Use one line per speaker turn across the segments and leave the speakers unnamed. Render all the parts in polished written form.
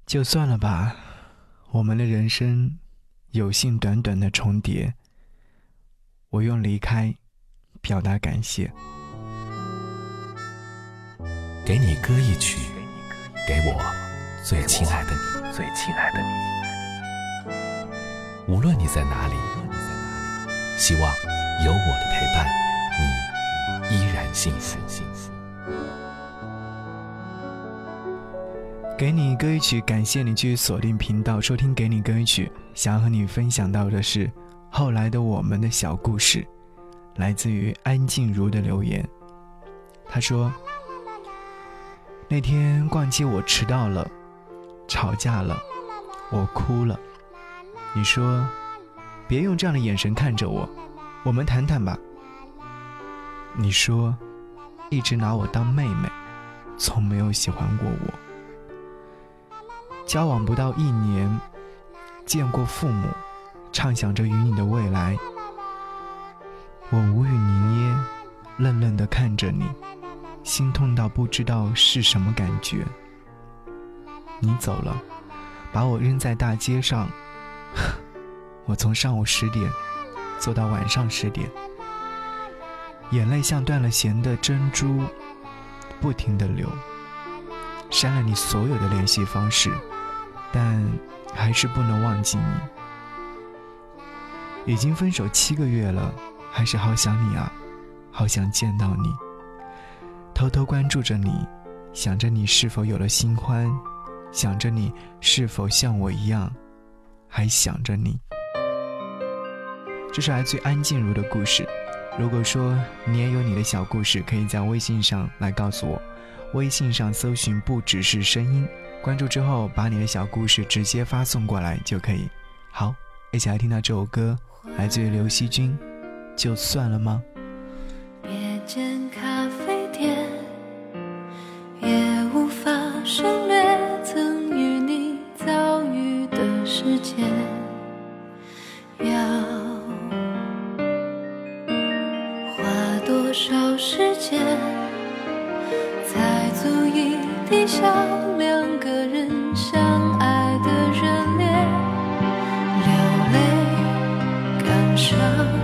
就算了吧，我们的人生有幸短短的重叠，我用离开表达感谢。
给你歌一曲，给我最亲爱的你，最亲爱的你。无论你在哪里，希望有我的陪伴，你依然幸福。
给你歌一曲，感谢你继续锁定频道收听给你歌一曲。想要和你分享到的是后来的我们的小故事，来自于安静茹的留言。他说，那天逛街我迟到了，吵架了，我哭了。你说别用这样的眼神看着我，我们谈谈吧。你说一直拿我当妹妹，从没有喜欢过我。交往不到1年，见过父母，畅想着与你的未来。我无语凝噎，愣愣地看着你，心痛到不知道是什么感觉。你走了，把我扔在大街上，我从上午10点坐到晚上10点，眼泪像断了弦的珍珠，不停地流。删了你所有的联系方式，但还是不能忘记你。已经分手7个月了，还是好想你啊，好想见到你。偷偷关注着你，想着你是否有了新欢，想着你是否像我一样，还想着你。这是来自于安静茹的故事。如果说你也有你的小故事，可以在微信上来告诉我。微信上搜寻不只是声音，关注之后把你的小故事直接发送过来就可以。好，一起来听到这首歌，来自于刘惜君，就算了吗？
别间咖啡店也无法省略曾与你遭遇的时间，要花多少时间才足以抵消2个人相爱的热烈，流泪感伤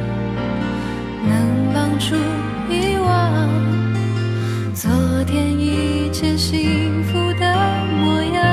能帮助遗忘昨天一切幸福的模样。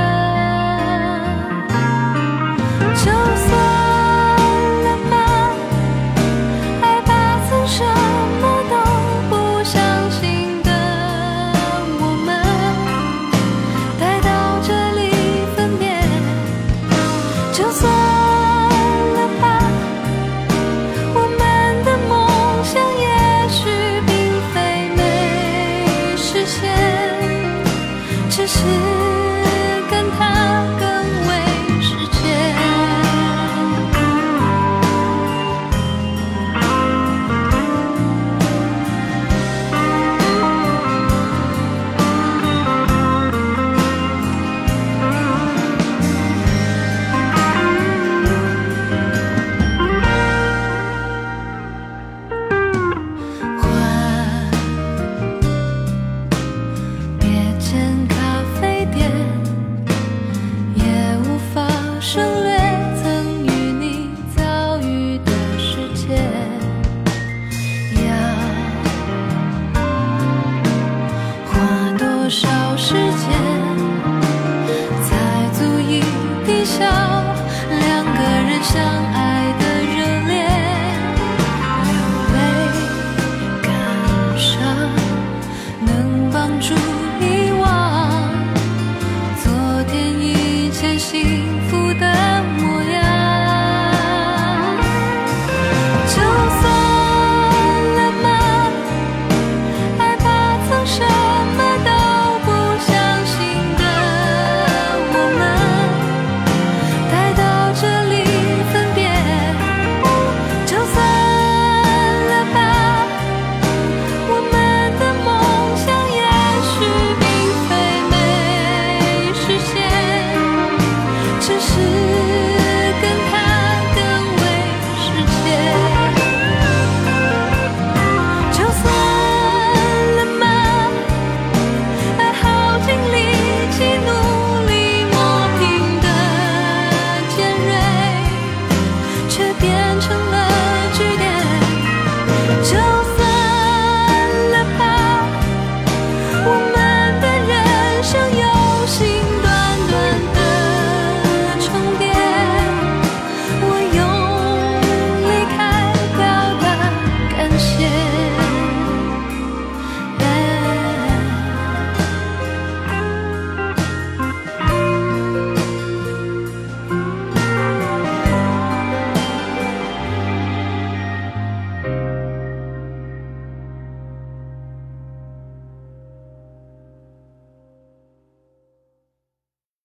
就算了吧，害怕曾什么都不相信的我们，待到这里分别。就算了吧，我们的梦想也许并非没实现，只是跟它更为实践。别间咖啡店也无法省略曾与你遭遇的世界，要花多少时间才足以抵消2个人相爱的热烈，流泪感伤能帮助遗忘昨天一切幸福的